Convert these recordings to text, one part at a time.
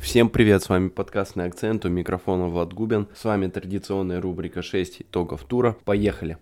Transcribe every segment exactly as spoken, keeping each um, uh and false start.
Всем привет, с вами подкастный акцент, у микрофона Влад Губин. С вами традиционная рубрика шесть итогов тура. Поехали!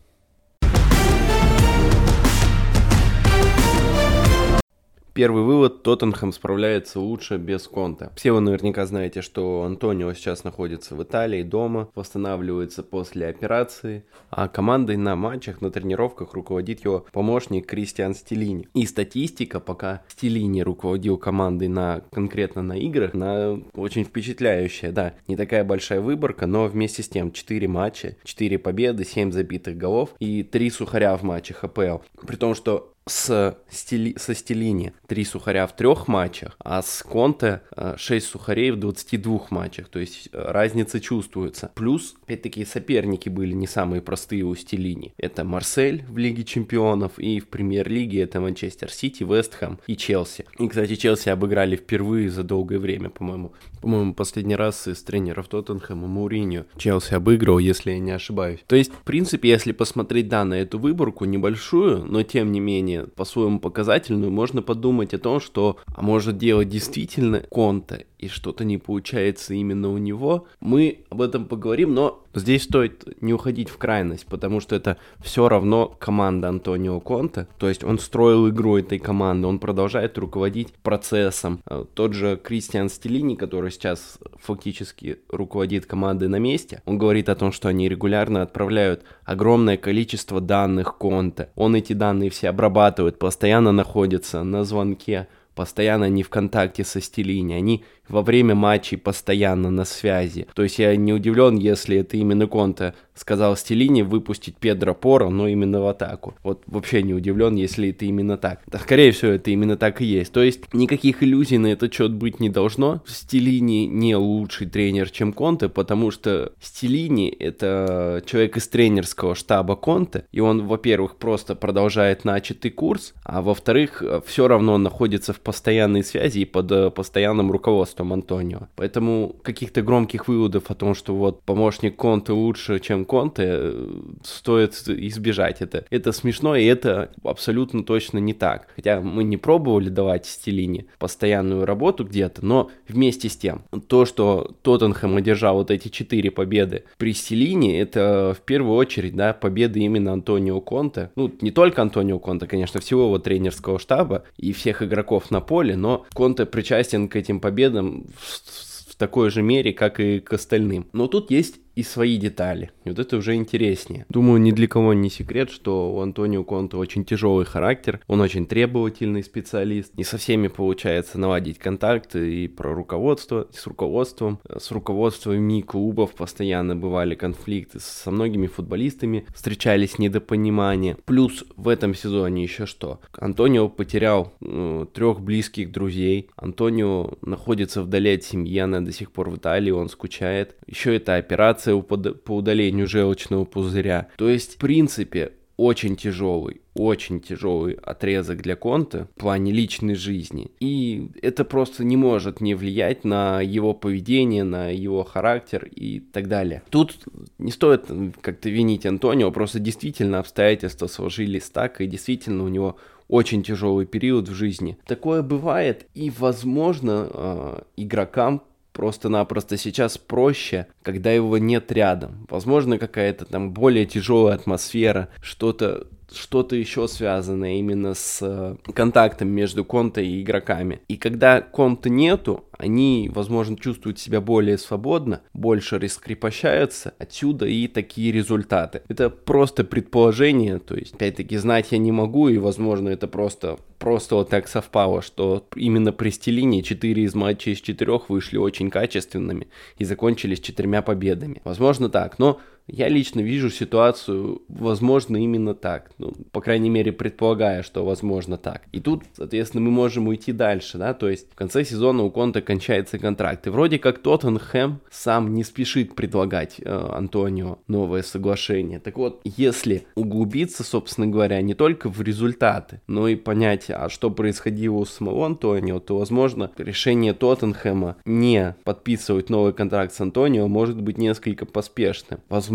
Первый вывод: Тоттенхэм справляется лучше без Конте. Все вы наверняка знаете, что Антонио сейчас находится в Италии дома, восстанавливается после операции, а командой на матчах, на тренировках руководит его помощник Кристиан Стеллини. И статистика, пока Стеллини руководил командой на, конкретно на играх, она очень впечатляющая, да, не такая большая выборка, но вместе с тем четыре матча, четыре победы, семь забитых голов и три сухаря в матчах АПЛ. При том, что С Стели... со Стеллини три сухаря в трех матчах, а с Конте шесть сухарей в двадцати двух матчах. То есть разница чувствуется. Плюс, опять-таки, соперники были не самые простые у Стеллини. Это Марсель в Лиге Чемпионов, и в Премьер-лиге это Манчестер Сити, Вест Хэм и Челси. И, кстати, Челси обыграли впервые за долгое время, по-моему. По-моему, последний раз из тренеров Тоттенхэма Мауриньо Челси обыграл, если я не ошибаюсь. То есть, в принципе, если посмотреть, да, на эту выборку небольшую, но тем не менее по-своему показательную, можно подумать о том, что а может делать действительно Конте, и что-то не получается именно у него. Мы об этом поговорим, но здесь стоит не уходить в крайность, потому что это все равно команда Антонио Конте, то есть он строил игру этой команды, он продолжает руководить процессом. Тот же Кристиан Стеллини, который сейчас фактически руководит командой на месте, он говорит о том, что они регулярно отправляют огромное количество данных Конте. Он эти данные все обрабатывает, постоянно находится на звонке, постоянно не в контакте со Стеллини, они во время матчей постоянно на связи. То есть я не удивлен, если это именно Конте сказал Стеллини выпустить Педро Поро, но именно в атаку. Вот вообще не удивлен, если это именно так. Да, скорее всего, это именно так и есть. То есть никаких иллюзий на этот счет быть не должно. Стеллини не лучший тренер, чем Конте, потому что Стеллини это человек из тренерского штаба Конте, и он, во-первых, просто продолжает начатый курс, а во-вторых, все равно он находится в постоянной связи и под постоянным руководством Антонио. Поэтому каких-то громких выводов о том, что вот помощник Конте лучше, чем Конте, стоит избежать. Это, это смешно, и это абсолютно точно не так. Хотя мы не пробовали давать Стеллини постоянную работу где-то, но вместе с тем, то, что Тоттенхэм одержал вот эти четыре победы при Стеллини, это в первую очередь, да, победы именно Антонио Конте. Ну, не только Антонио Конте, конечно, всего его тренерского штаба и всех игроков на поле, но Конте причастен к этим победам в, в такой же мере, как и к остальным. Но тут есть и свои детали. И вот это уже интереснее. Думаю, ни для кого не секрет, что у Антонио Конте очень тяжелый характер, он очень требовательный специалист. Не со всеми получается наладить контакты и про руководство, и с руководством. С руководствами клубов постоянно бывали конфликты, со многими футболистами встречались недопонимания. Плюс в этом сезоне еще что? Антонио потерял э, трех близких друзей. Антонио находится вдали от семьи, она до сих пор в Италии, он скучает. Еще это операция по удалению желчного пузыря. То есть, в принципе, очень тяжелый, очень тяжелый отрезок для Конте в плане личной жизни. И это просто не может не влиять на его поведение, на его характер и так далее. Тут не стоит как-то винить Антонио, просто действительно обстоятельства сложились так, и действительно у него очень тяжелый период в жизни. Такое бывает, и, возможно, игрокам просто-напросто сейчас проще, когда его нет рядом. Возможно, какая-то там более тяжелая атмосфера, что-то что-то еще связанное именно с контактом между Конте и игроками. И когда Конте нету, они, возможно, чувствуют себя более свободно, больше раскрепощаются, отсюда и такие результаты. Это просто предположение, то есть, опять-таки, знать я не могу, и, возможно, это просто, просто вот так совпало, что именно при Стеллини четыре из матчей из четырех вышли очень качественными и закончились четырьмя победами. Возможно, так, но я лично вижу ситуацию, возможно, именно так. Ну, по крайней мере, предполагая, что возможно так. И тут, соответственно, мы можем уйти дальше, да, то есть в конце сезона у Конте кончается контракт. И вроде как Тоттенхэм сам не спешит предлагать э, Антонио новое соглашение. Так вот, если углубиться, собственно говоря, не только в результаты, но и понять, а что происходило у самого Антонио, то, возможно, решение Тоттенхэма не подписывать новый контракт с Антонио может быть несколько поспешным. Возможно,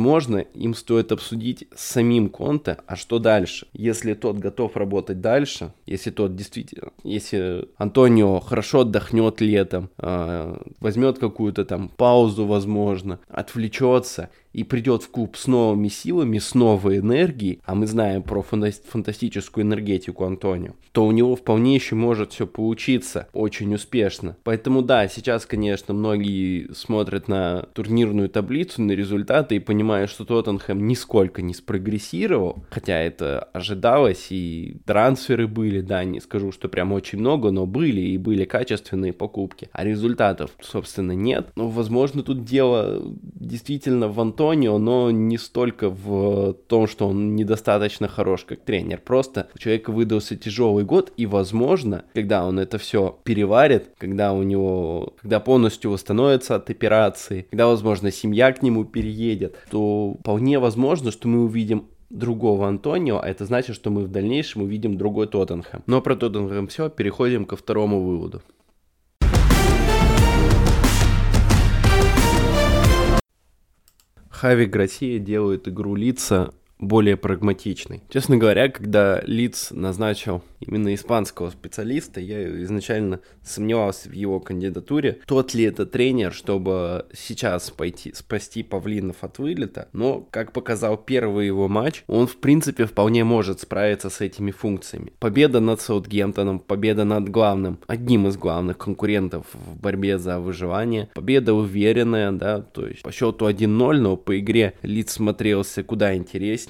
возможно, им стоит обсудить с самим Конте, а что дальше. Если тот готов работать дальше, если тот действительно, если Антонио хорошо отдохнет летом, возьмет какую-то там паузу, возможно, отвлечется и придет в клуб с новыми силами, с новой энергией, а мы знаем про фантастическую энергетику Антонио, то у него вполне еще может все получиться очень успешно. Поэтому да, сейчас, конечно, многие смотрят на турнирную таблицу, на результаты и понимают, что Тоттенхэм нисколько не спрогрессировал, хотя это ожидалось, и трансферы были, да, не скажу, что прям очень много, но были, и были качественные покупки, а результатов, собственно, нет. Но, возможно, тут дело действительно в Антонио, но не столько в том, что он недостаточно хорош как тренер. Просто у человека выдался тяжелый год, и, возможно, когда он это все переварит, когда у него, когда полностью восстановится от операции, когда, возможно, семья к нему переедет, то вполне возможно, что мы увидим другого Антонио, а это значит, что мы в дальнейшем увидим другой Тоттенхэм. Но про Тоттенхэм все, переходим ко второму выводу. Хави Грассия делает игру Лидса более прагматичной. Честно говоря, когда Лидс назначил именно испанского специалиста, я изначально сомневался в его кандидатуре. Тот ли это тренер, чтобы сейчас пойти спасти павлинов от вылета, но, как показал первый его матч, он, в принципе, вполне может справиться с этими функциями. Победа над Саутгемптоном, победа над главным, одним из главных конкурентов в борьбе за выживание, победа уверенная, да, то есть по счету один ноль, но по игре Лидс смотрелся куда интереснее.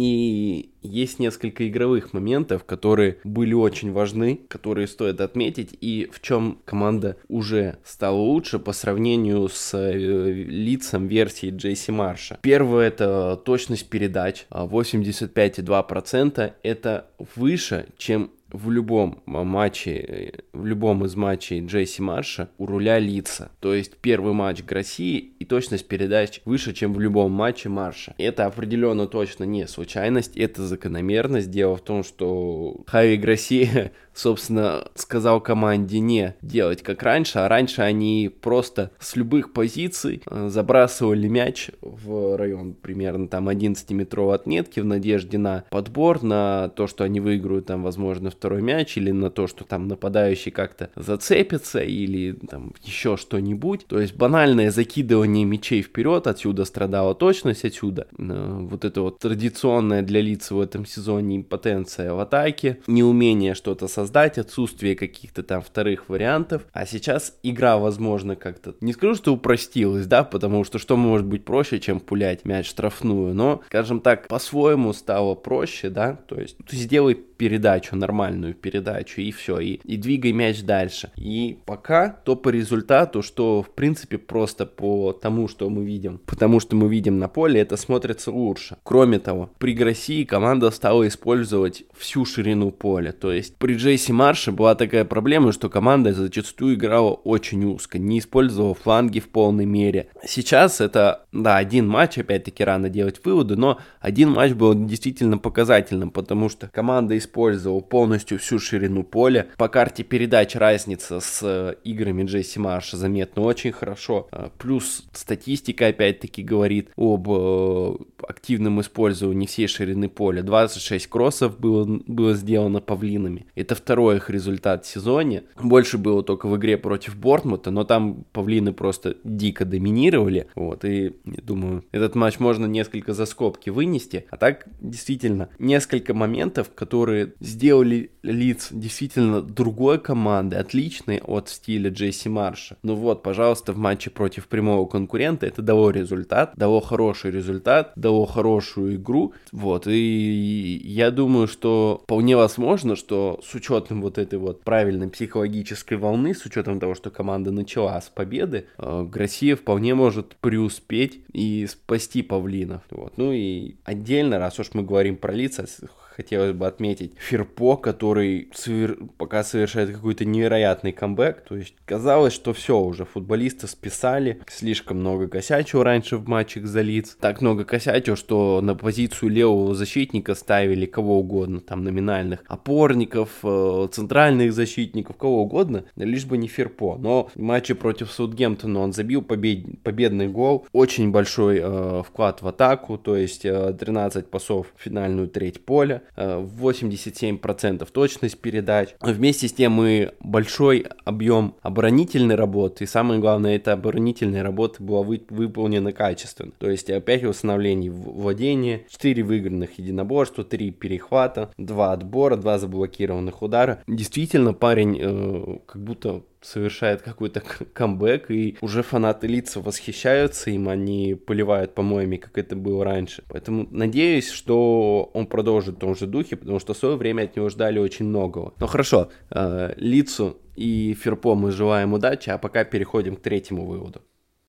И есть несколько игровых моментов, которые были очень важны, которые стоит отметить, и в чем команда уже стала лучше по сравнению с э, Лидсом версии Джесси Марша. Первое — это точность передач, восемьдесят пять целых два десятых процента, это выше, чем в любом матче, в любом из матчей Джесси Марша у руля Лидса. То есть первый матч Грассии и точность передач выше, чем в любом матче Марша. Это определенно точно не случайность, это закономерность. Дело в том, что Хави Грассия, собственно, сказал команде не делать как раньше, а раньше они просто с любых позиций забрасывали мяч в район примерно там одиннадцатиметровой отметки в надежде на подбор, на то, что они выиграют там, возможно, второй мяч, или на то, что там нападающий как-то зацепится, или там еще что-нибудь. То есть банальное закидывание мячей вперед, отсюда страдала точность, отсюда э, вот это вот традиционная для Лидса в этом сезоне импотенция в атаке, неумение что-то создать, отсутствие каких-то там вторых вариантов. А сейчас игра, возможно, как-то, не скажу, что упростилась, да, потому что что может быть проще, чем пулять мяч в штрафную, но, скажем так, по-своему стало проще, да, то есть ты сделай передачу, нормальную передачу, и все, и, и двигай мяч дальше. И пока то по результату, что в принципе просто по тому, что мы видим, потому что мы видим на поле, это смотрится лучше. Кроме того, при Грассии команда стала использовать всю ширину поля, то есть при Джесси Марше была такая проблема, что команда зачастую играла очень узко, не использовала фланги в полной мере. Сейчас это, да, один матч, опять-таки рано делать выводы, но один матч был действительно показательным, потому что команда использовала использовал полностью всю ширину поля. По карте передач разница с играми Джесси Марша заметна очень хорошо. Плюс статистика опять-таки говорит об активном использовании всей ширины поля. двадцать шесть кроссов было, было сделано павлинами. Это второй их результат в сезоне. Больше было только в игре против Бортмута, но там павлины просто дико доминировали. Вот, и я думаю, этот матч можно несколько за скобки вынести. А так, действительно, несколько моментов, которые сделали Лидс действительно другой командой, отличной от стиля Джесси Марша. Ну вот, пожалуйста, в матче против прямого конкурента это дало результат, дало хороший результат, дало хорошую игру. Вот, и я думаю, что вполне возможно, что с учетом вот этой вот правильной психологической волны, с учетом того, что команда начала с победы, Грассия вполне может преуспеть и спасти павлинов. Вот. Ну и отдельно, раз уж мы говорим про Лидс, хотелось бы отметить Ферпо, который совер... пока совершает какой-то невероятный камбэк. То есть казалось, что все, уже футболисты списали, слишком много косячил раньше в матчах за Лидс. Так много косячил, что на позицию левого защитника ставили кого угодно, там номинальных опорников, центральных защитников, кого угодно, лишь бы не Ферпо. Но в матче против Саутгемптона он забил побед... победный гол, очень большой э, вклад в атаку, то есть э, тринадцать пасов в финальную треть поля, э, восемьдесят семь процентов точность передач. Вместе с тем и большой объем оборонительной работы, и самое главное, эта оборонительная работа была вы... выполнена качественно. То есть пять восстановлений владения, четыре выигранных единоборства, три перехвата, два отбора, два заблокированных удара. Действительно, парень э, как будто совершает какой-то камбэк, и уже фанаты Лидса восхищаются им, они поливают помоями, как это было раньше. Поэтому надеюсь, что он продолжит в том же духе, потому что в свое время от него ждали очень многого. Но хорошо, э, Лидсу и Ферпо мы желаем удачи, а пока переходим к третьему выводу.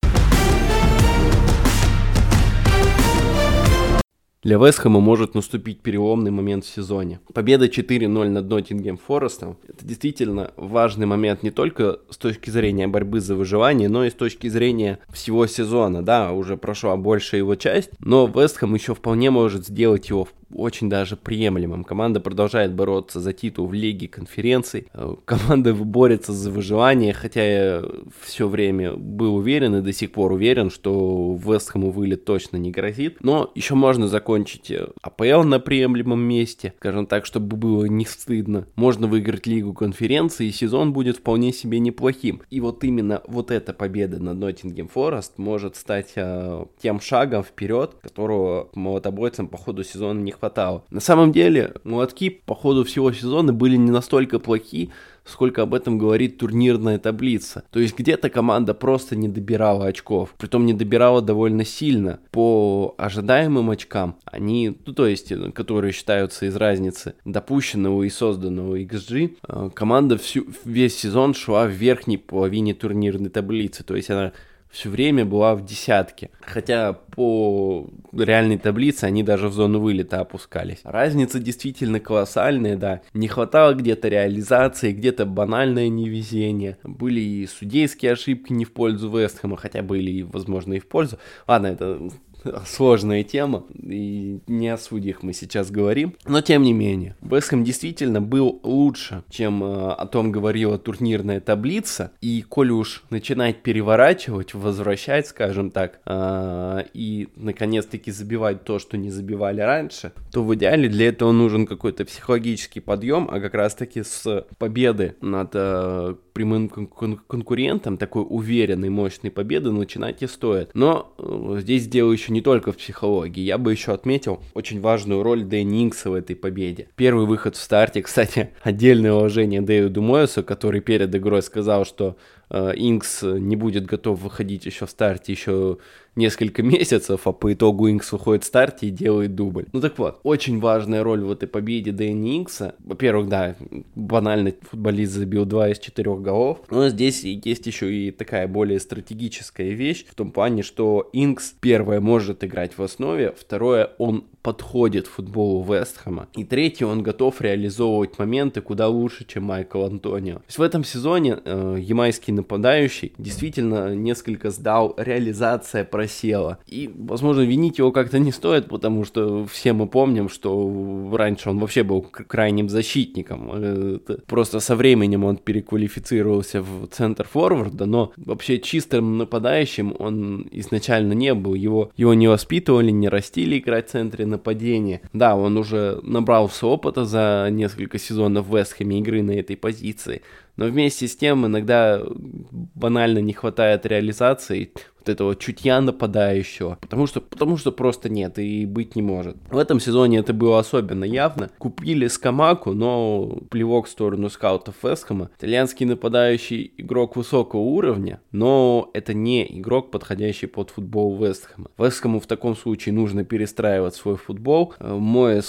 Для Вест Хэма может наступить переломный момент в сезоне. Победа четыре ноль над Ноттингем Форестом – это действительно важный момент не только с точки зрения борьбы за выживание, но и с точки зрения всего сезона. Да, уже прошла большая его часть, но Вест Хэм еще вполне может сделать его очень даже приемлемым. Команда продолжает бороться за титул в Лиге Конференций. Команда борется за выживание, хотя я все время был уверен и до сих пор уверен, что Вест Хэму вылет точно не грозит. Но еще можно закончить АПЛ на приемлемом месте, скажем так, чтобы было не стыдно. Можно выиграть Лигу Конференций, и сезон будет вполне себе неплохим. И вот именно вот эта победа над Ноттингем Форест может стать э, тем шагом вперед, которого молотобойцам по ходу сезона не хватает. Хватало. На самом деле, молотки по ходу всего сезона были не настолько плохи, сколько об этом говорит турнирная таблица. То есть где-то команда просто не добирала очков, притом не добирала довольно сильно. По ожидаемым очкам, они, ну то есть, которые считаются из разницы допущенного и созданного икс джи, команда всю, весь сезон шла в верхней половине турнирной таблицы, то есть она все время была в десятке. Хотя по реальной таблице они даже в зону вылета опускались. Разница действительно колоссальная, да. Не хватало где-то реализации, где-то банальное невезение. Были и судейские ошибки не в пользу Вест Хэма, хотя были, возможно, и в пользу. Ладно, это сложная тема, и не о судьях мы сейчас говорим, но тем не менее, Вест Хэм действительно был лучше, чем э, о том говорила турнирная таблица, и коли уж начинать переворачивать, возвращать, скажем так, э, и наконец-таки забивать то, что не забивали раньше, то в идеале для этого нужен какой-то психологический подъем, а как раз-таки с победы над э, прямым кон- конкурентом, такой уверенной, мощной победы начинать и стоит. Но э, здесь дело еще не только в психологии. Я бы еще отметил очень важную роль Дэнни Инкса в этой победе. Первый выход в старте, кстати, отдельное уважение Дэвиду Мойесу, который перед игрой сказал, что э, Инкс не будет готов выходить еще в старте еще несколько месяцев, а по итогу Инкс выходит в старте и делает дубль. Ну так вот, очень важная роль в этой победе Дэнни Инкса. Во-первых, да, банально футболист забил два из четырех голов, но здесь есть еще и такая более стратегическая вещь, в том плане, что Инкс, первое, может играть в основе, второе, он подходит футболу Вест Хэма, и третье, он готов реализовывать моменты куда лучше, чем Майкл Антонио. То есть в этом сезоне э, ямайский нападающий действительно несколько сдал, реализация просела, и, возможно, винить его как-то не стоит, потому что все мы помним, что раньше он вообще был крайним защитником, это просто со временем он переквалифицировался в центр форварда, но вообще чистым нападающим он изначально не был, его, его не воспитывали, не растили играть в центре нападения. Да, он уже набрался опыта за несколько сезонов в Вест Хэме игры на этой позиции, но вместе с тем иногда банально не хватает реализации вот этого чутья нападающего, потому что, потому что просто нет и быть не может. В этом сезоне это было особенно явно. Купили Скамаку, но плевок в сторону скаутов Вест Хэма. Итальянский нападающий игрок высокого уровня, но это не игрок, подходящий под футбол Вест Хэма. Вест Хэму в таком случае нужно перестраивать свой футбол. Моэс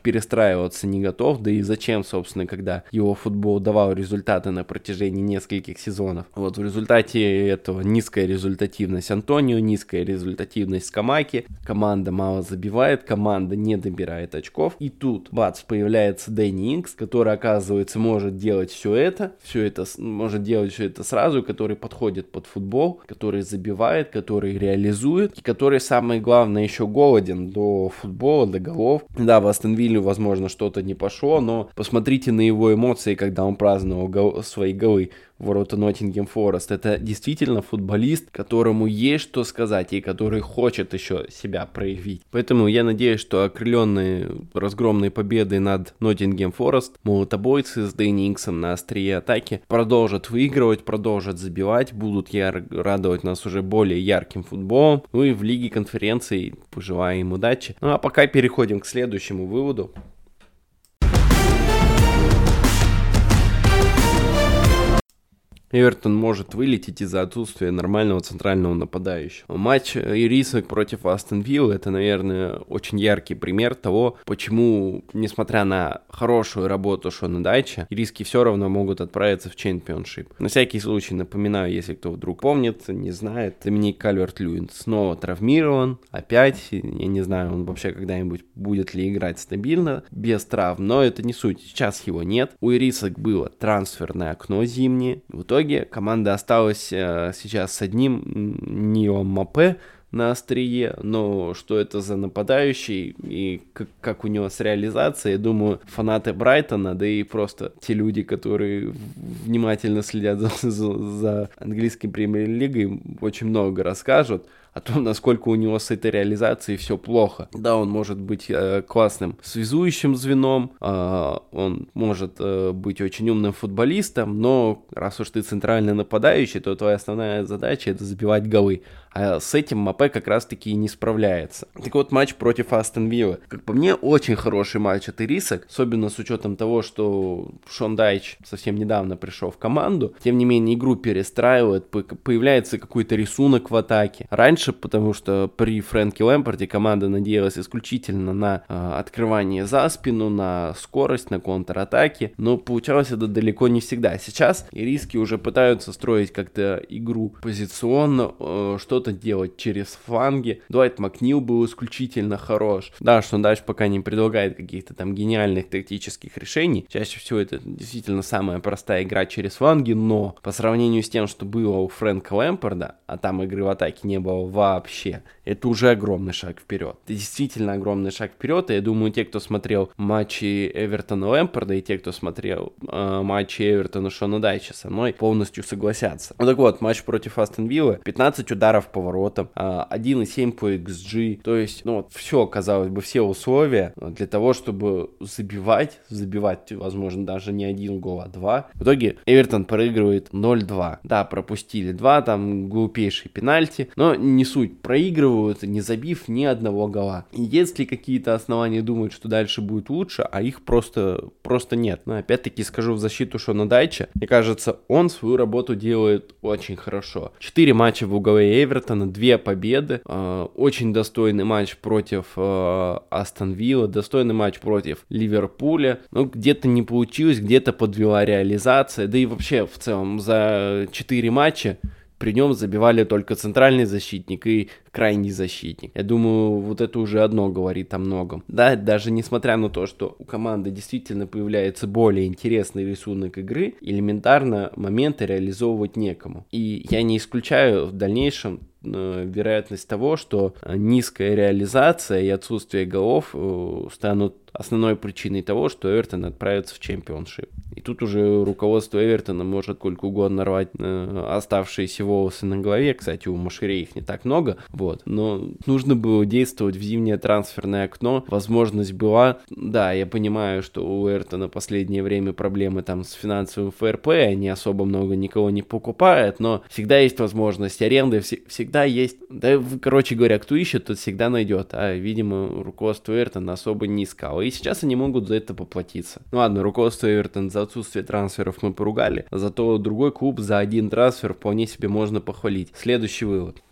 перестраиваться не готов, да и зачем, собственно, когда его футбол давал результаты на протяжении нескольких сезонов. Вот в результате этого низкая результативность Антонио, низкая результативность Скамаки, команда мало забивает, команда не добирает очков, и тут, бац, появляется Дэнни Инкс, который, оказывается, может делать все это, все это, может делать все это сразу, который подходит под футбол, который забивает, который реализует, и который, самое главное, еще голоден до футбола, до голов. Да, в Астон Вилле, возможно, что-то не пошло, но посмотрите на его эмоции, когда он праздновал гол- свои голы в ворота Ноттингем Форест. Это действительно футболист, которому есть что сказать и который хочет еще себя проявить. Поэтому я надеюсь, что окрыленные разгромной победой над Ноттингем Форест молотобойцы с Дэнни Инксом на острие атаки продолжат выигрывать, продолжат забивать, будут яр- радовать нас уже более ярким футболом. Ну и в Лиге конференций пожелаем им удачи. Ну а пока переходим к следующему выводу. Эвертон может вылететь из-за отсутствия нормального центрального нападающего. Матч ирисок против Астон Виллы — это, наверное, очень яркий пример того, почему, несмотря на хорошую работу Шона Дайча, ириски все равно могут отправиться в чемпионшип. На всякий случай напоминаю, если кто вдруг помнит, не знает, Доминик Кальверт-Льюин снова травмирован, опять, я не знаю, он вообще когда-нибудь будет ли играть стабильно, без травм, но это не суть, сейчас его нет. У ирисок было трансферное окно зимнее, в итоге команда осталась э, сейчас с одним Нио Мапе на острие, но что это за нападающий и как, как у него с реализацией, я думаю, фанаты Брайтона, да и просто те люди, которые внимательно следят за, за, за английской премьер-лигой, очень много расскажут о том, насколько у него с этой реализацией все плохо. Да, он может быть э, классным связующим звеном, э, он может э, быть очень умным футболистом, но раз уж ты центральный нападающий, то твоя основная задача — это забивать голы. А с этим Мапе как раз-таки и не справляется. Так вот, матч против Астон Виллы. Как по мне, очень хороший матч от ирисок, особенно с учетом того, что Шон Дайч совсем недавно пришел в команду. Тем не менее, игру перестраивает, появляется какой-то рисунок в атаке. Раньше, потому что при Фрэнке Лэмпарде команда надеялась исключительно на э, открывание за спину, на скорость, на контратаки, но получалось это далеко не всегда. Сейчас ириски уже пытаются строить как-то игру позиционно, э, что делать через фланги. Дуайт Макнил был исключительно хорош. Да, что дальше пока не предлагает каких-то там гениальных тактических решений. Чаще всего это действительно самая простая игра через фланги, но по сравнению с тем, что было у Фрэнка Лэмпарда, а там игры в атаке не было вообще, это уже огромный шаг вперед. Это действительно огромный шаг вперед, и я думаю, те, кто смотрел матчи Эвертона Лэмпарда, и те, кто смотрел э, матчи Эвертона Шона Дайча, со мной полностью согласятся. Ну так вот, матч против Астон Виллы, пятнадцать ударов по воротам, один и семь по икс джи, то есть, ну, вот все, казалось бы, все условия для того, чтобы забивать, забивать, возможно, даже не один гол, а два. В итоге Эвертон проигрывает ноль-два. Да, пропустили два, там глупейшие пенальти, но не суть, проигрывают, не забив ни одного гола. И есть ли какие-то основания думать, что дальше будет лучше, а их просто, просто нет. Но опять-таки скажу в защиту Шона Дайча, мне кажется, он свою работу делает очень хорошо. Четыре матча в углове Эвертона, две победы, э, очень достойный матч против э, Астон Вилла, достойный матч против Ливерпуля, но где-то не получилось, где-то подвела реализация, да и вообще в целом за четыре матча при нем забивали только центральный защитник и крайний защитник. Я думаю, вот это уже одно говорит о многом. Да, даже несмотря на то, что у команды действительно появляется более интересный рисунок игры, элементарно моменты реализовывать некому. И я не исключаю в дальнейшем э, вероятность того, что низкая реализация и отсутствие голов э, станут основной причиной того, что Эвертон отправится в чемпионшип. И тут уже руководство Эвертона может сколько угодно рвать э, оставшиеся волосы на голове. Кстати, у Мошире их не так много. Вот. Но нужно было действовать в зимнее трансферное окно. Возможность была. Да, я понимаю, что у Эвертона в последнее время проблемы там с финансовым фэр-плей. Они особо много никого не покупают. Но всегда есть возможность аренды. Вс- всегда есть... Да, короче говоря, кто ищет, тот всегда найдет. А, видимо, руководство Эвертона особо не искало. И сейчас они могут за это поплатиться. Ну ладно, руководство Эвертона за отсутствие трансферов мы поругали. Зато другой клуб за один трансфер вполне себе можно похвалить. Следующий вывод.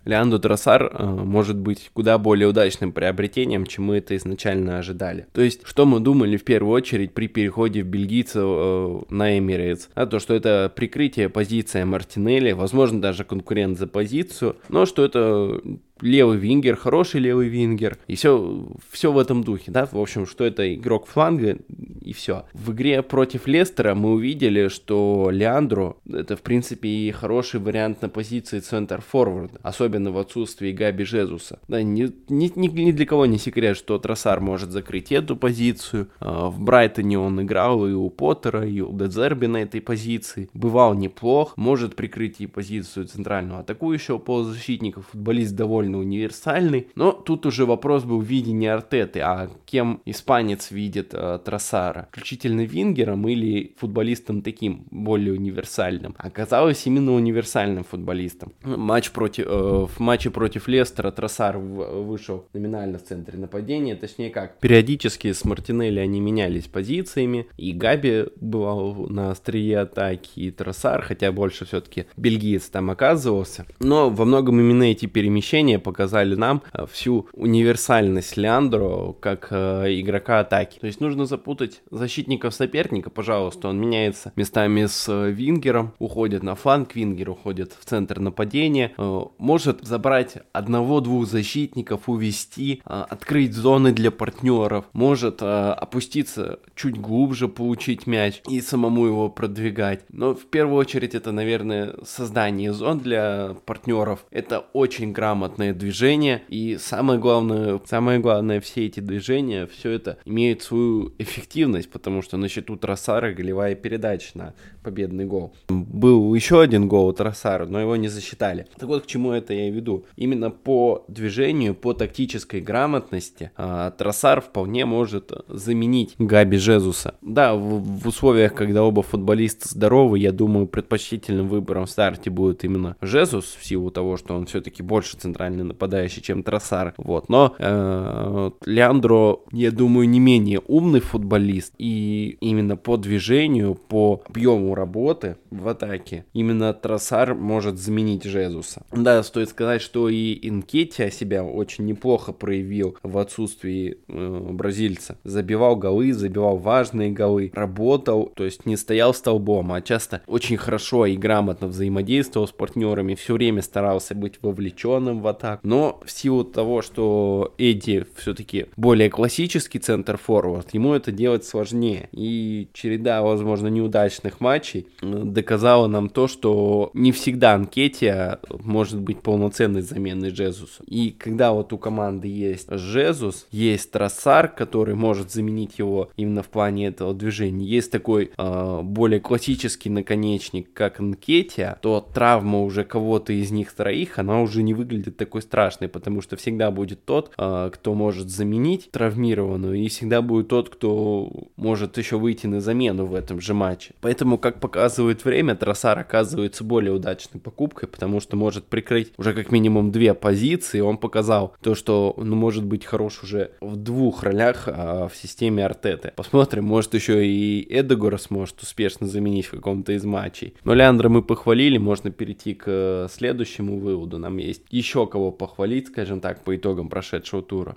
Леандро Тросар э, может быть куда более удачным приобретением, чем мы это изначально ожидали. То есть, что мы думали в первую очередь при переходе в бельгийцев э, на Эмирейтс? А то, что это прикрытие позиции Мартинелли, возможно, даже конкурент за позицию, но что это левый вингер, хороший левый вингер, и все, все в этом духе, да, в общем, что это игрок фланга, и все. В игре против Лестера мы увидели, что Леандро — это, в принципе, и хороший вариант на позиции центр-форварда, особенно в отсутствии Габи Жезуса. Да, ни, ни, ни, ни для кого не секрет, что Тросар может закрыть эту позицию. В Брайтоне он играл и у Поттера, и у Дезерби на этой позиции. Бывал неплох, может прикрыть и позицию центрального атакующего полузащитника, футболист довольно универсальный, но тут уже вопрос был в видении Артеты, а кем испанец видит э, Тросара? Исключительно вингером или футболистом таким, более универсальным? Оказалось именно универсальным футболистом. Матч против, э, в матче против Лестера Тросар в, вышел номинально в центре нападения, точнее как, периодически с Мартинелли они менялись позициями, и Габи бывал на острие атаки, и Тросар, хотя больше все-таки бельгиец там оказывался, но во многом именно эти перемещения показали нам всю универсальность Леандро как э, игрока атаки. То есть нужно запутать защитников соперника, пожалуйста, он меняется местами с э, вингером, уходит на фланг, вингер уходит в центр нападения, э, может забрать одного-двух защитников, увести, э, открыть зоны для партнеров, может э, опуститься чуть глубже, получить мяч и самому его продвигать. Но в первую очередь это, наверное, создание зон для партнеров. Это очень грамотное движение, и самое главное, самое главное, все эти движения, все это имеет свою эффективность, потому что на счету Тросара голевая передача на победный гол. Был еще один гол у Тросара, но его не засчитали. Так вот, к чему это я и веду. Именно по движению, по тактической грамотности э, Тросар вполне может заменить Габи Жезуса. Да, в, в условиях, когда оба футболиста здоровы, я думаю, предпочтительным выбором в старте будет именно Жезус, в силу того, что он все-таки больше центральный нападающий, чем Тросар. Вот. Но э, Леандро, я думаю, не менее умный футболист, и именно по движению, по объему работы в атаке именно Тросар может заменить Жезуса. Да, стоит сказать, что и Энкетиа себя очень неплохо проявил в отсутствии э, бразильца. Забивал голы, забивал важные голы, работал, то есть не стоял столбом, а часто очень хорошо и грамотно взаимодействовал с партнерами, все время старался быть вовлеченным в атаку. Но в силу того, что Эдди все-таки более классический центр-форвард, ему это делать сложнее. И череда, возможно, неудачных матчей доказала нам то, что не всегда Энкетиа может быть полноценной заменой Жезусу. И когда вот у команды есть Жезус, есть Тросар, который может заменить его именно в плане этого движения, есть такой э, более классический наконечник, как Энкетиа, то травма уже кого-то из них троих, она уже не выглядит такой страшной, потому что всегда будет тот, э, кто может заменить травмированную, и всегда будет тот, кто может еще выйти на замену в этом же матче. Поэтому, как показывает время, Тросар оказывается более удачной покупкой, потому что может прикрыть уже как минимум две позиции. Он показал то, что ну, может быть хорош уже в двух ролях а, в системе Артеты. Посмотрим, может еще и Эдегора сможет успешно заменить в каком-то из матчей. Но Леандро мы похвалили, можно перейти к следующему выводу. Нам есть еще кого похвалить, скажем так, по итогам прошедшего тура.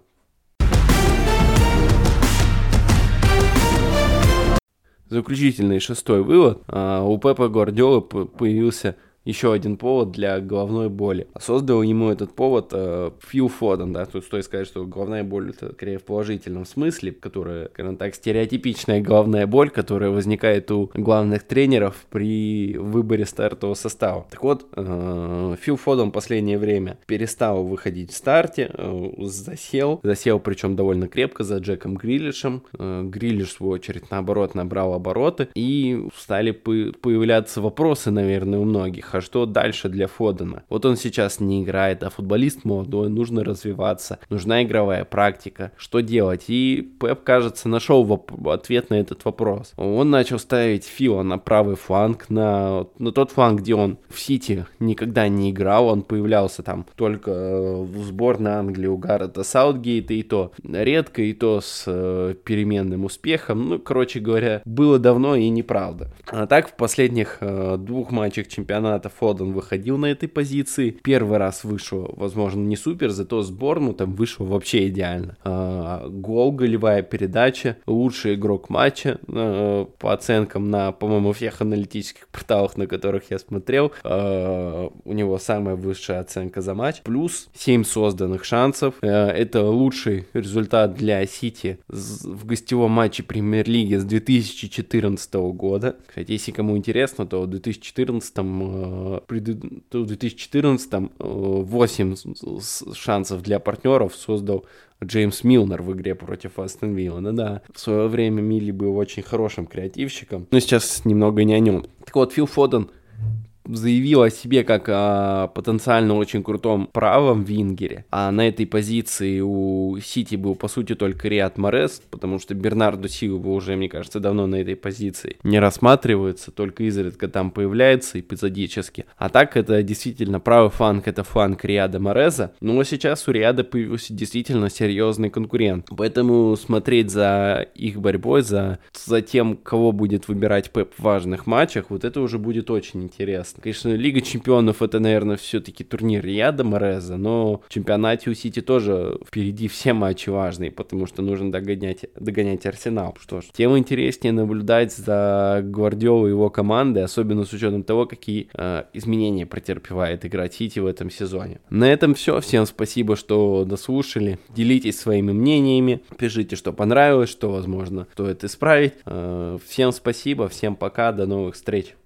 Заключительный шестой вывод. У Пепа Гвардиолы появился еще один повод для головной боли. Создал ему этот повод э, Фил Фоден, да, тут стоит сказать, что головная боль это скорее в положительном смысле, которая, скажем так, стереотипичная головная боль, которая возникает у главных тренеров при выборе стартового состава. Так вот, э, Фил Фоден в последнее время перестал выходить в старте, э, засел, засел причем довольно крепко за Джеком Грилишем. Э, Грилиш, в свою очередь, наоборот, набрал обороты, и стали по- появляться вопросы, наверное, у многих. А что дальше для Фодена? Вот он сейчас не играет, а футболист молодой, нужно развиваться, нужна игровая практика. Что делать? И Пеп, кажется, нашел воп- ответ на этот вопрос. Он начал ставить Фила на правый фланг, на, на тот фланг, где он в Сити никогда не играл, он появлялся там только в сборной Англии у Гаррета Саутгейта, и то редко, и то с э, переменным успехом. Ну, короче говоря, было давно и неправда. А так в последних э, двух матчах чемпионата чемпионата Фоден выходил на этой позиции. Первый раз вышел, возможно, не супер, зато с Борнмутом вышел вообще идеально. А, гол, голевая передача, лучший игрок матча а, по оценкам на, по-моему, всех аналитических порталах, на которых я смотрел. А, у него самая высшая оценка за матч. Плюс семь созданных шансов. А, это лучший результат для Сити в гостевом матче Премьер-лиги с две тысячи четырнадцатого года. Кстати, если кому интересно, то в две тысячи четырнадцатом, в две тысячи четырнадцатом восемь шансов для партнеров создал Джеймс Милнер в игре против Астон Вилла. Ну да, в свое время Милли был очень хорошим креативщиком, но сейчас немного не о нем. Так вот, Фил Фоден заявил о себе как о потенциально очень крутом правом вингере, а на этой позиции у Сити был, по сути, только Риад Марес, потому что Бернардо Силва уже, мне кажется, давно на этой позиции не рассматривается, только изредка там появляется эпизодически. А так, это действительно правый фланг, это фланг Риада Мареза, но сейчас у Риада появился действительно серьезный конкурент, поэтому смотреть за их борьбой, за, за тем, кого будет выбирать Пеп в важных матчах, вот это уже будет очень интересно. Конечно, Лига Чемпионов — это, наверное, все-таки турнир Риада Мареза, но в чемпионате у Сити тоже впереди все матчи важные, потому что нужно догонять, догонять Арсенал. Что ж, тем интереснее наблюдать за Гвардиолой и его командой, особенно с учетом того, какие э, изменения претерпевает игра Сити в этом сезоне. На этом все. Всем спасибо, что дослушали. Делитесь своими мнениями, пишите, что понравилось, что, возможно, стоит исправить. Э, всем спасибо, всем пока, до новых встреч.